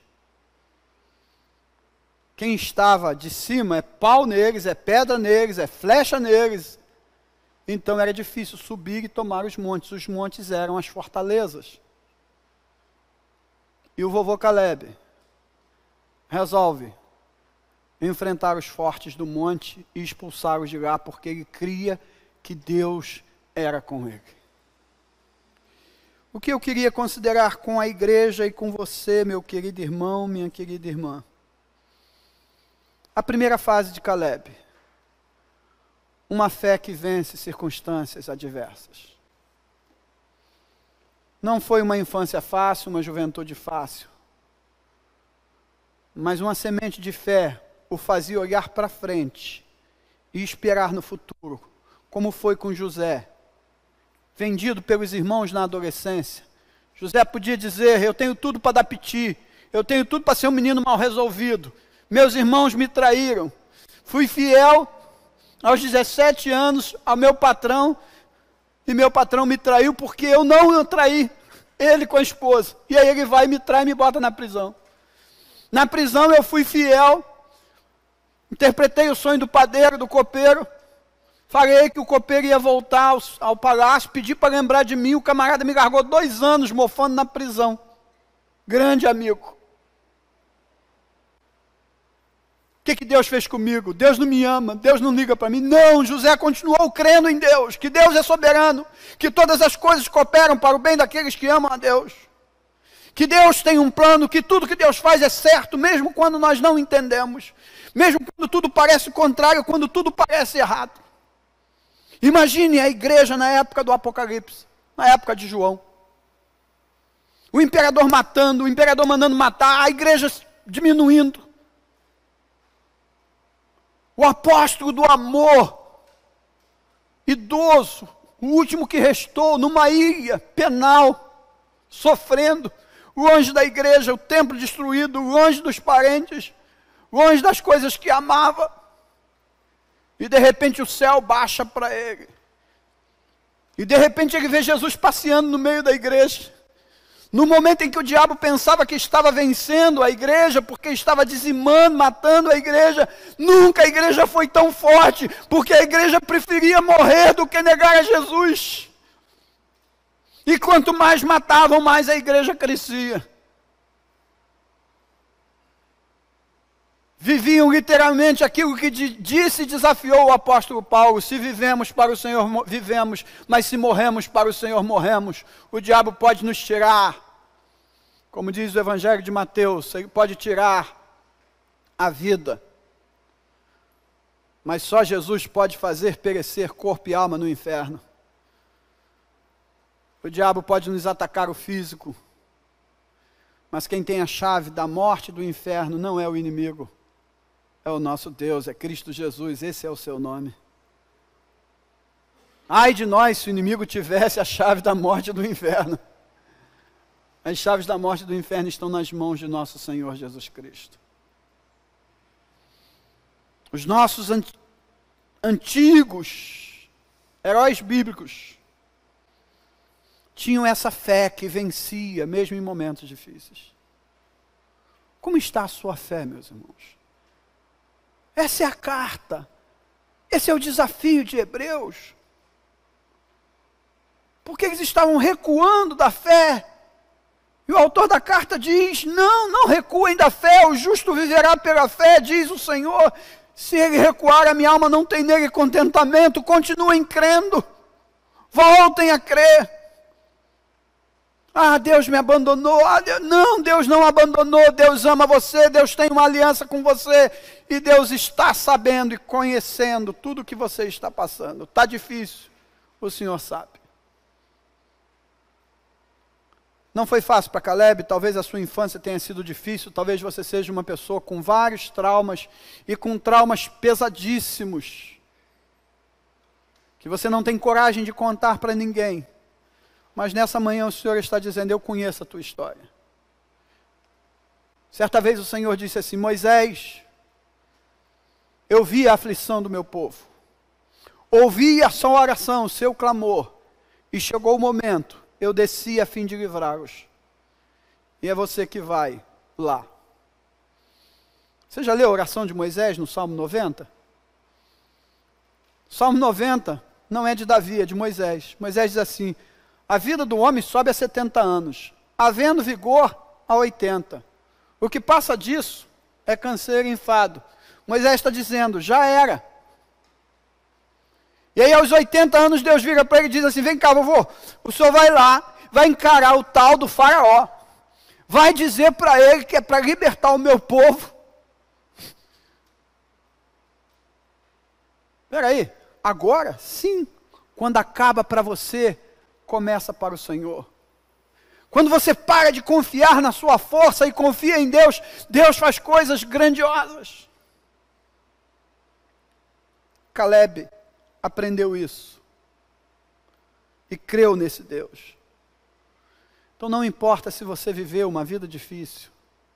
quem estava de cima é pau neles, é pedra neles, é flecha neles. Então era difícil subir e tomar os montes. Os montes eram as fortalezas. E o vovô Caleb resolve enfrentar os fortes do monte e expulsá-los de lá, porque ele cria que Deus era com ele. O que eu queria considerar com a igreja e com você, meu querido irmão, minha querida irmã? A primeira fase de Caleb. Uma fé que vence circunstâncias adversas. Não foi uma infância fácil, uma juventude fácil. Mas uma semente de fé o fazia olhar para frente e esperar no futuro, como foi com José, vendido pelos irmãos na adolescência. José podia dizer, eu tenho tudo para dar piti, eu tenho tudo para ser um menino mal resolvido, meus irmãos me traíram, fui fiel aos 17 anos ao meu patrão, e meu patrão me traiu porque eu não o traí, ele com a esposa, e aí ele vai, me trai e me bota na prisão. Na prisão eu fui fiel, interpretei o sonho do padeiro, do copeiro, falei que o copeiro ia voltar ao palácio, pedi para lembrar de mim, o camarada me largou 2 anos mofando na prisão. Grande amigo. O que Deus fez comigo? Deus não me ama, Deus não liga para mim. Não, José continuou crendo em Deus, que Deus é soberano, que todas as coisas cooperam para o bem daqueles que amam a Deus. Que Deus tem um plano, que tudo que Deus faz é certo, mesmo quando nós não entendemos. Mesmo quando tudo parece contrário, quando tudo parece errado. Imagine a igreja na época do Apocalipse, na época de João. O imperador matando, o imperador mandando matar, a igreja diminuindo. O apóstolo do amor, idoso, o último que restou, numa ilha penal, sofrendo. Longe da igreja, o templo destruído, longe dos parentes, longe das coisas que amava. E de repente o céu baixa para ele. E de repente ele vê Jesus passeando no meio da igreja. No momento em que o diabo pensava que estava vencendo a igreja, porque estava dizimando, matando a igreja, nunca a igreja foi tão forte, porque a igreja preferia morrer do que negar a Jesus. E quanto mais matavam, mais a igreja crescia. Viviam literalmente aquilo que disse e desafiou o apóstolo Paulo: se vivemos para o Senhor, vivemos, mas se morremos para o Senhor, morremos. O diabo pode nos tirar, como diz o Evangelho de Mateus, ele pode tirar a vida, mas só Jesus pode fazer perecer corpo e alma no inferno. O diabo pode nos atacar o físico, mas quem tem a chave da morte e do inferno não é o inimigo. É o nosso Deus, é Cristo Jesus, esse é o seu nome. Ai de nós se o inimigo tivesse a chave da morte e do inferno. As chaves da morte e do inferno estão nas mãos de nosso Senhor Jesus Cristo. Os nossos antigos heróis bíblicos tinham essa fé que vencia, mesmo em momentos difíceis. Como está a sua fé, meus irmãos? Essa é a carta, esse é o desafio de Hebreus. Porque eles estavam recuando da fé. E o autor da carta diz: não recuem da fé, o justo viverá pela fé, diz o Senhor. Se ele recuar, a minha alma não tem nele contentamento, continuem crendo, voltem a crer. Ah, Deus me abandonou. Não, Deus não abandonou. Deus ama você, Deus tem uma aliança com você. E Deus está sabendo e conhecendo tudo o que você está passando. Está difícil, o Senhor sabe. Não foi fácil para Caleb, talvez a sua infância tenha sido difícil, talvez você seja uma pessoa com vários traumas e com traumas pesadíssimos, que você não tem coragem de contar para ninguém. Mas nessa manhã o Senhor está dizendo: eu conheço a tua história. Certa vez o Senhor disse assim: Moisés, eu vi a aflição do meu povo, ouvi a sua oração, o seu clamor, e chegou o momento, eu desci a fim de livrá-los. E é você que vai lá. Você já leu a oração de Moisés no Salmo 90? Salmo 90 não é de Davi, é de Moisés. Moisés diz assim: a vida do homem sobe a 70 anos, havendo vigor a 80. O que passa disso é canseiro e enfado. Moisés está dizendo: já era. E aí aos 80 anos Deus vira para ele e diz assim: vem cá, vovô, o senhor vai lá, vai encarar o tal do faraó, vai dizer para ele que é para libertar o meu povo. Espera aí, agora sim, quando acaba para você, começa para o Senhor. Quando você para de confiar na sua força e confia em Deus, Deus faz coisas grandiosas. Caleb aprendeu isso e creu nesse Deus. Então não importa se você viveu uma vida difícil,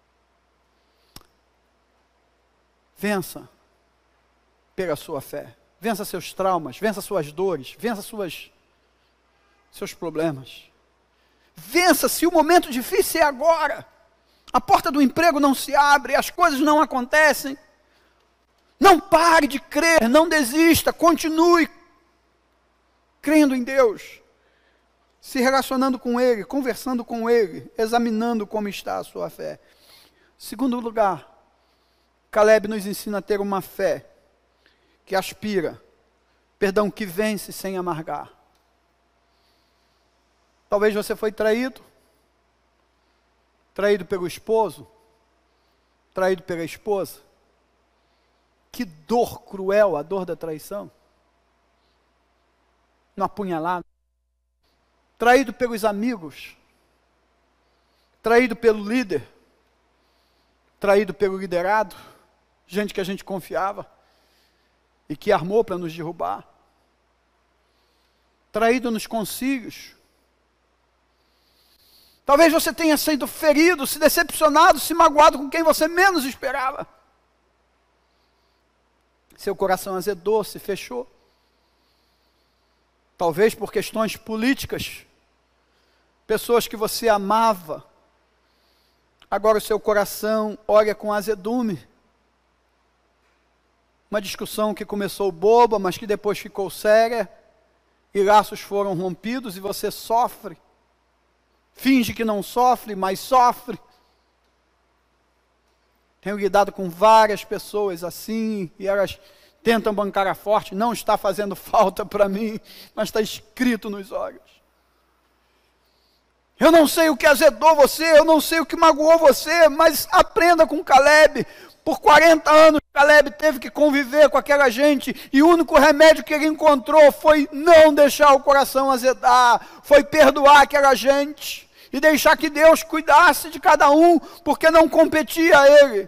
vença pela sua fé, vença seus traumas, vença suas dores, vença seus problemas. Vença se o momento difícil é agora. A porta do emprego não se abre, as coisas não acontecem. Não pare de crer, não desista, continue crendo em Deus, se relacionando com Ele, conversando com Ele, examinando como está a sua fé. Segundo lugar, Caleb nos ensina a ter uma fé que aspira, que vence sem amargar. Talvez você foi traído pelo esposo, traído pela esposa. Que dor cruel a dor da traição. Uma apunhalada. Traído pelos amigos, traído pelo líder, traído pelo liderado, gente que a gente confiava e que armou para nos derrubar. Traído nos concílios. Talvez você tenha sido ferido, se decepcionado, se magoado com quem você menos esperava. Seu coração azedou, se fechou. Talvez por questões políticas, pessoas que você amava, agora o seu coração olha com azedume. Uma discussão que começou boba, mas que depois ficou séria, e laços foram rompidos e você sofre. Finge que não sofre, mas sofre. Tenho lidado com várias pessoas assim, e elas tentam bancar a forte. Não está fazendo falta para mim, mas está escrito nos olhos. Eu não sei o que azedou você, eu não sei o que magoou você, mas aprenda com Caleb. Por 40 anos, Caleb teve que conviver com aquela gente, e o único remédio que ele encontrou foi não deixar o coração azedar, foi perdoar aquela gente, e deixar que Deus cuidasse de cada um, porque não competia a ele.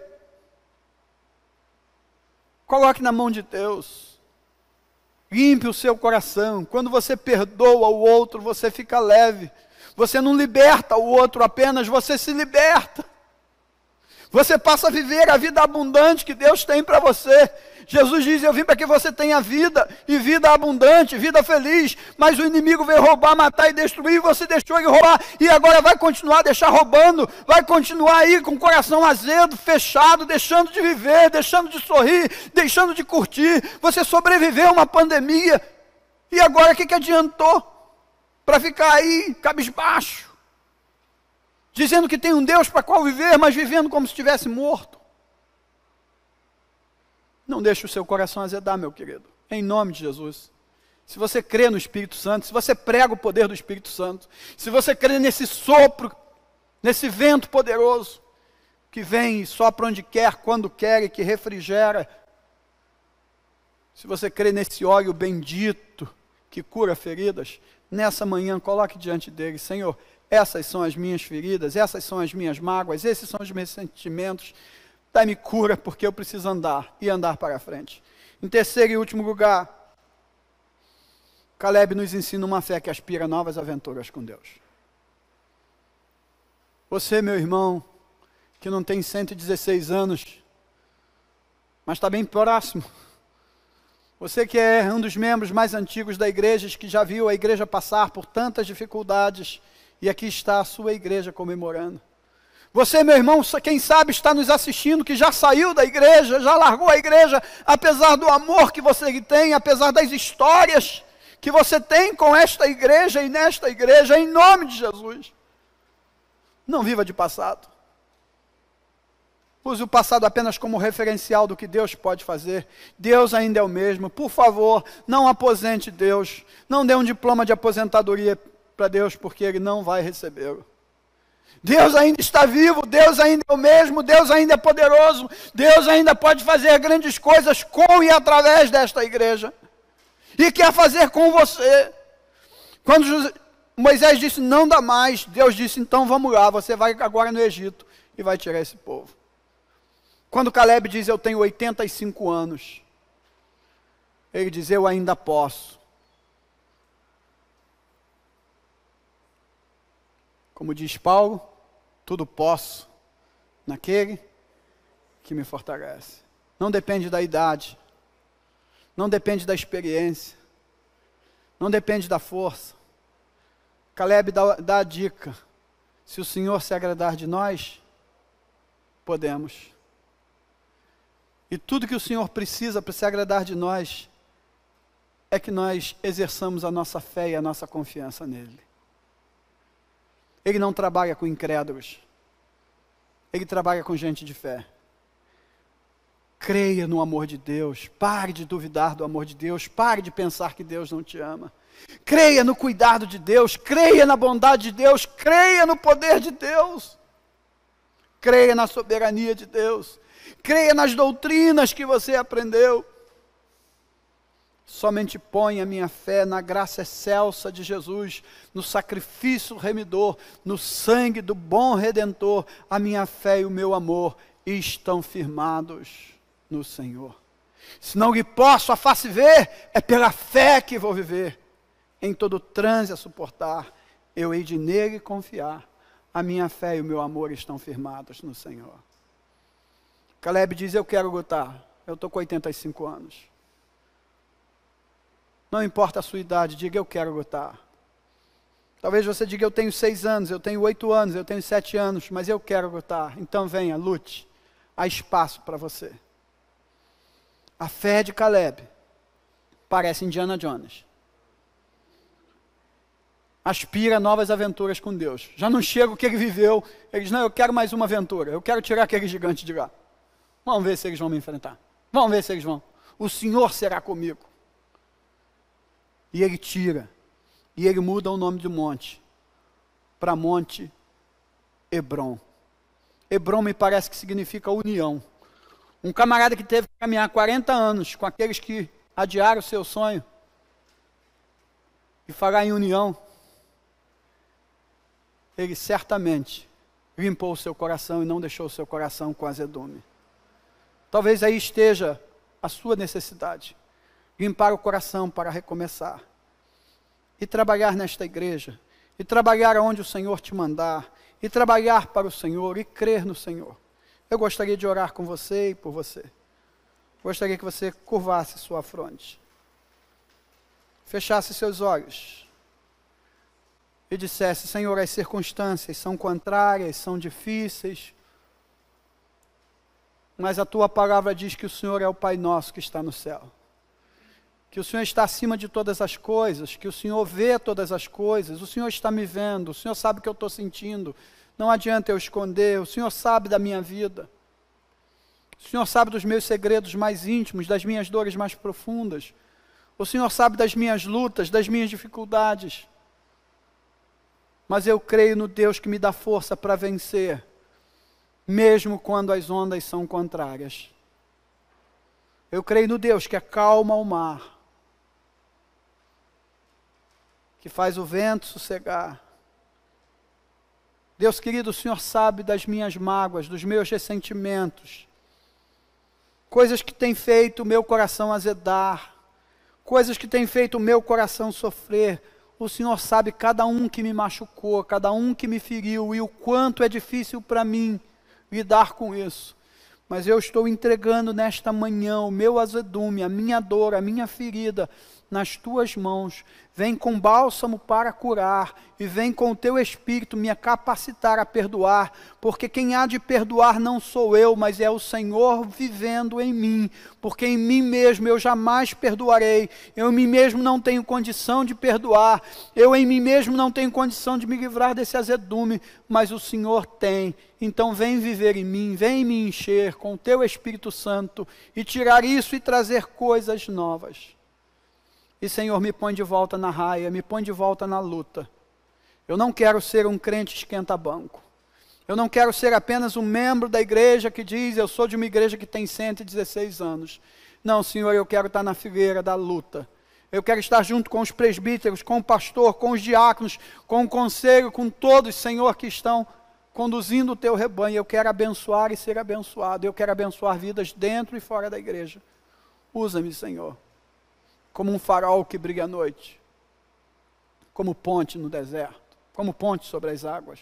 Coloque na mão de Deus, limpe o seu coração. Quando você perdoa o outro, você fica leve, você não liberta o outro apenas, você se liberta. Você passa a viver a vida abundante que Deus tem para você. Jesus diz, eu vim para que você tenha vida, e vida abundante, vida feliz. Mas o inimigo veio roubar, matar e destruir, você deixou ele roubar, e agora vai continuar a deixar roubando, vai continuar aí com o coração azedo, fechado, deixando de viver, deixando de sorrir, deixando de curtir. Você sobreviveu a uma pandemia, e agora o que adiantou? Para ficar aí, cabisbaixo, dizendo que tem um Deus para qual viver, mas vivendo como se estivesse morto. Não deixe o seu coração azedar, meu querido, em nome de Jesus. Se você crê no Espírito Santo, se você prega o poder do Espírito Santo, se você crê nesse sopro, nesse vento poderoso, que vem e sopra onde quer, quando quer, e que refrigera, se você crê nesse óleo bendito, que cura feridas, nessa manhã coloque diante dele, Senhor, essas são as minhas feridas, essas são as minhas mágoas, esses são os meus sentimentos. Dá-me cura, porque eu preciso andar, e andar para frente. Em terceiro e último lugar, Caleb nos ensina uma fé que aspira a novas aventuras com Deus. Você, meu irmão, que não tem 116 anos, mas está bem próximo. Você que é um dos membros mais antigos da igreja, que já viu a igreja passar por tantas dificuldades, e aqui está a sua igreja comemorando. Você, meu irmão, quem sabe está nos assistindo, que já saiu da igreja, já largou a igreja, apesar do amor que você tem, apesar das histórias que você tem com esta igreja e nesta igreja, em nome de Jesus. Não viva de passado. Use o passado apenas como referencial do que Deus pode fazer. Deus ainda é o mesmo. Por favor, não aposente Deus. Não dê um diploma de aposentadoria para Deus, porque Ele não vai recebê-lo. Deus ainda está vivo, Deus ainda é o mesmo, Deus ainda é poderoso, Deus ainda pode fazer grandes coisas com e através desta igreja. E quer fazer com você. Quando Moisés disse, não dá mais, Deus disse, então vamos lá, você vai agora no Egito e vai tirar esse povo. Quando Caleb diz, eu tenho 85 anos, ele diz, eu ainda posso. Como diz Paulo, tudo posso naquele que me fortalece. Não depende da idade, não depende da experiência, não depende da força. Caleb dá a dica, se o Senhor se agradar de nós, podemos. E tudo que o Senhor precisa para se agradar de nós, é que nós exerçamos a nossa fé e a nossa confiança nele. Ele não trabalha com incrédulos. Ele trabalha com gente de fé. Creia no amor de Deus. Pare de duvidar do amor de Deus. Pare de pensar que Deus não te ama. Creia no cuidado de Deus. Creia na bondade de Deus. Creia no poder de Deus. Creia na soberania de Deus. Creia nas doutrinas que você aprendeu. Somente põe a minha fé na graça excelsa de Jesus, no sacrifício remidor, no sangue do bom Redentor. A minha fé e o meu amor estão firmados no Senhor. Se não lhe posso a face ver, é pela fé que vou viver. Em todo transe a suportar, eu hei de nele confiar. A minha fé e o meu amor estão firmados no Senhor. Caleb diz, eu quero lutar. Eu estou com 85 anos. Não importa a sua idade, diga, eu quero lutar. Talvez você diga, eu tenho 6 anos, eu tenho 8 anos, eu tenho 7 anos, mas eu quero lutar. Então venha, lute. Há espaço para você. A fé de Caleb parece Indiana Jones. Aspira a novas aventuras com Deus. Já não chega o que ele viveu. Ele diz, não, eu quero mais uma aventura. Eu quero tirar aquele gigante de lá. Vamos ver se eles vão me enfrentar. Vamos ver se eles vão. O Senhor será comigo. E ele tira. E ele muda o nome do monte para Monte Hebron. Hebron me parece que significa união. Um camarada que teve que caminhar 40 anos com aqueles que adiaram o seu sonho e falar em união, ele certamente limpou o seu coração e não deixou o seu coração com azedume. Talvez aí esteja a sua necessidade. Limpar o coração para recomeçar. E trabalhar nesta igreja. E trabalhar onde o Senhor te mandar. E trabalhar para o Senhor e crer no Senhor. Eu gostaria de orar com você e por você. Gostaria que você curvasse sua fronte. Fechasse seus olhos. E dissesse, Senhor, as circunstâncias são contrárias, são difíceis. Mas a tua palavra diz que o Senhor é o Pai nosso que está no céu. Que o Senhor está acima de todas as coisas, que o Senhor vê todas as coisas, o Senhor está me vendo, o Senhor sabe o que eu estou sentindo, não adianta eu esconder, o Senhor sabe da minha vida, o Senhor sabe dos meus segredos mais íntimos, das minhas dores mais profundas, o Senhor sabe das minhas lutas, das minhas dificuldades, mas eu creio no Deus que me dá força para vencer, mesmo quando as ondas são contrárias. Eu creio no Deus que acalma o mar, que faz o vento sossegar. Deus querido, o Senhor sabe das minhas mágoas, dos meus ressentimentos, coisas que têm feito o meu coração azedar, coisas que têm feito o meu coração sofrer. O Senhor sabe cada um que me machucou, cada um que me feriu, e o quanto é difícil para mim lidar com isso. Mas eu estou entregando nesta manhã o meu azedume, a minha dor, a minha ferida, nas tuas mãos. Vem com bálsamo para curar, e vem com o teu Espírito me capacitar a perdoar, porque quem há de perdoar não sou eu, mas é o Senhor vivendo em mim, porque em mim mesmo eu jamais perdoarei, eu em mim mesmo não tenho condição de perdoar, eu em mim mesmo não tenho condição de me livrar desse azedume, mas o Senhor tem. Então vem viver em mim, vem me encher com o teu Espírito Santo, e tirar isso e trazer coisas novas. E Senhor, me põe de volta na raia, me põe de volta na luta. Eu não quero ser um crente esquenta-banco. Eu não quero ser apenas um membro da igreja que diz, eu sou de uma igreja que tem 116 anos. Não, Senhor, eu quero estar na fileira da luta. Eu quero estar junto com os presbíteros, com o pastor, com os diáconos, com o conselho, com todos, Senhor, que estão conduzindo o teu rebanho. Eu quero abençoar e ser abençoado. Eu quero abençoar vidas dentro e fora da igreja. Usa-me, Senhor, como um farol que brilha à noite, como ponte no deserto, como ponte sobre as águas.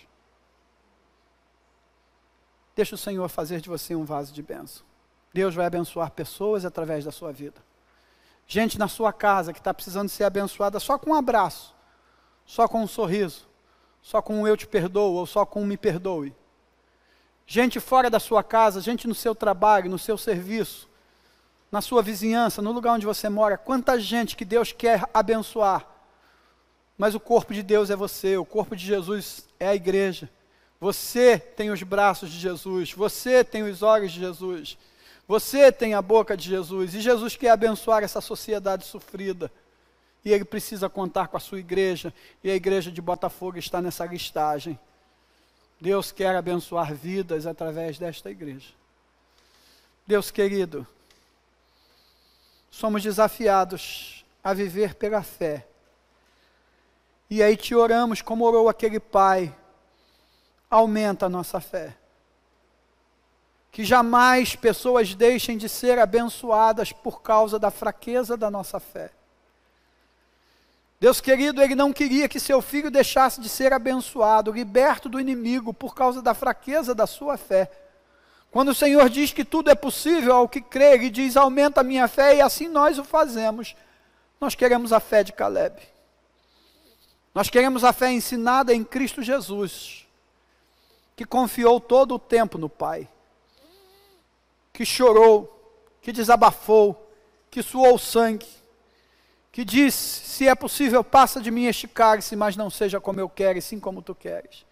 Deixa o Senhor fazer de você um vaso de bênção. Deus vai abençoar pessoas através da sua vida. Gente na sua casa que está precisando ser abençoada só com um abraço, só com um sorriso, só com um eu te perdoo ou só com um me perdoe. Gente fora da sua casa, gente no seu trabalho, no seu serviço, na sua vizinhança, no lugar onde você mora. Quanta gente que Deus quer abençoar, mas o corpo de Deus é você, o corpo de Jesus é a igreja. Você tem os braços de Jesus, você tem os olhos de Jesus, você tem a boca de Jesus, e Jesus quer abençoar essa sociedade sofrida, e Ele precisa contar com a sua igreja, e a igreja de Botafogo está nessa listagem. Deus quer abençoar vidas através desta igreja. Deus querido, somos desafiados a viver pela fé. E aí te oramos como orou aquele pai. Aumenta a nossa fé. Que jamais pessoas deixem de ser abençoadas por causa da fraqueza da nossa fé. Deus querido, Ele não queria que seu filho deixasse de ser abençoado, liberto do inimigo por causa da fraqueza da sua fé. Quando o Senhor diz que tudo é possível ao que crê, Ele diz, aumenta a minha fé, e assim nós o fazemos. Nós queremos a fé de Caleb. Nós queremos a fé ensinada em Cristo Jesus, que confiou todo o tempo no Pai, que chorou, que desabafou, que suou sangue, que disse: se é possível, passa de mim este cálice, mas não seja como eu quero, e sim como tu queres.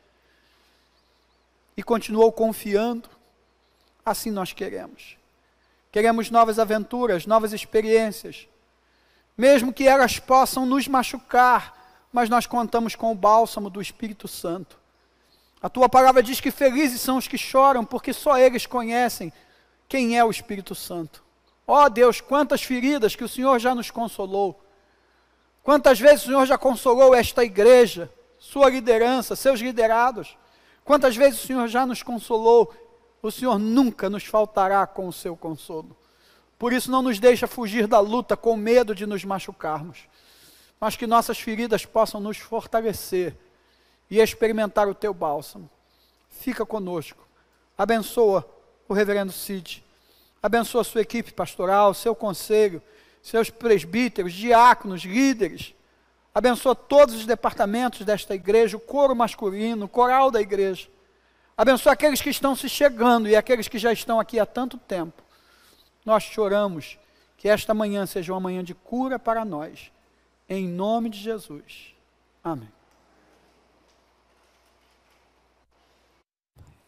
E continuou confiando. Assim nós queremos. Queremos novas aventuras, novas experiências, mesmo que elas possam nos machucar, mas nós contamos com o bálsamo do Espírito Santo. A tua palavra diz que felizes são os que choram, porque só eles conhecem quem é o Espírito Santo. Ó Deus, quantas feridas que o Senhor já nos consolou. Quantas vezes o Senhor já consolou esta igreja, sua liderança, seus liderados. Quantas vezes o Senhor já nos consolou. O Senhor nunca nos faltará com o seu consolo. Por isso não nos deixa fugir da luta com medo de nos machucarmos, mas que nossas feridas possam nos fortalecer e experimentar o teu bálsamo. Fica conosco. Abençoa o reverendo Cid. Abençoa a sua equipe pastoral, seu conselho, seus presbíteros, diáconos, líderes. Abençoa todos os departamentos desta igreja, o coro masculino, o coral da igreja. Abençoa aqueles que estão se chegando e aqueles que já estão aqui há tanto tempo. Nós choramos que esta manhã seja uma manhã de cura para nós. Em nome de Jesus. Amém.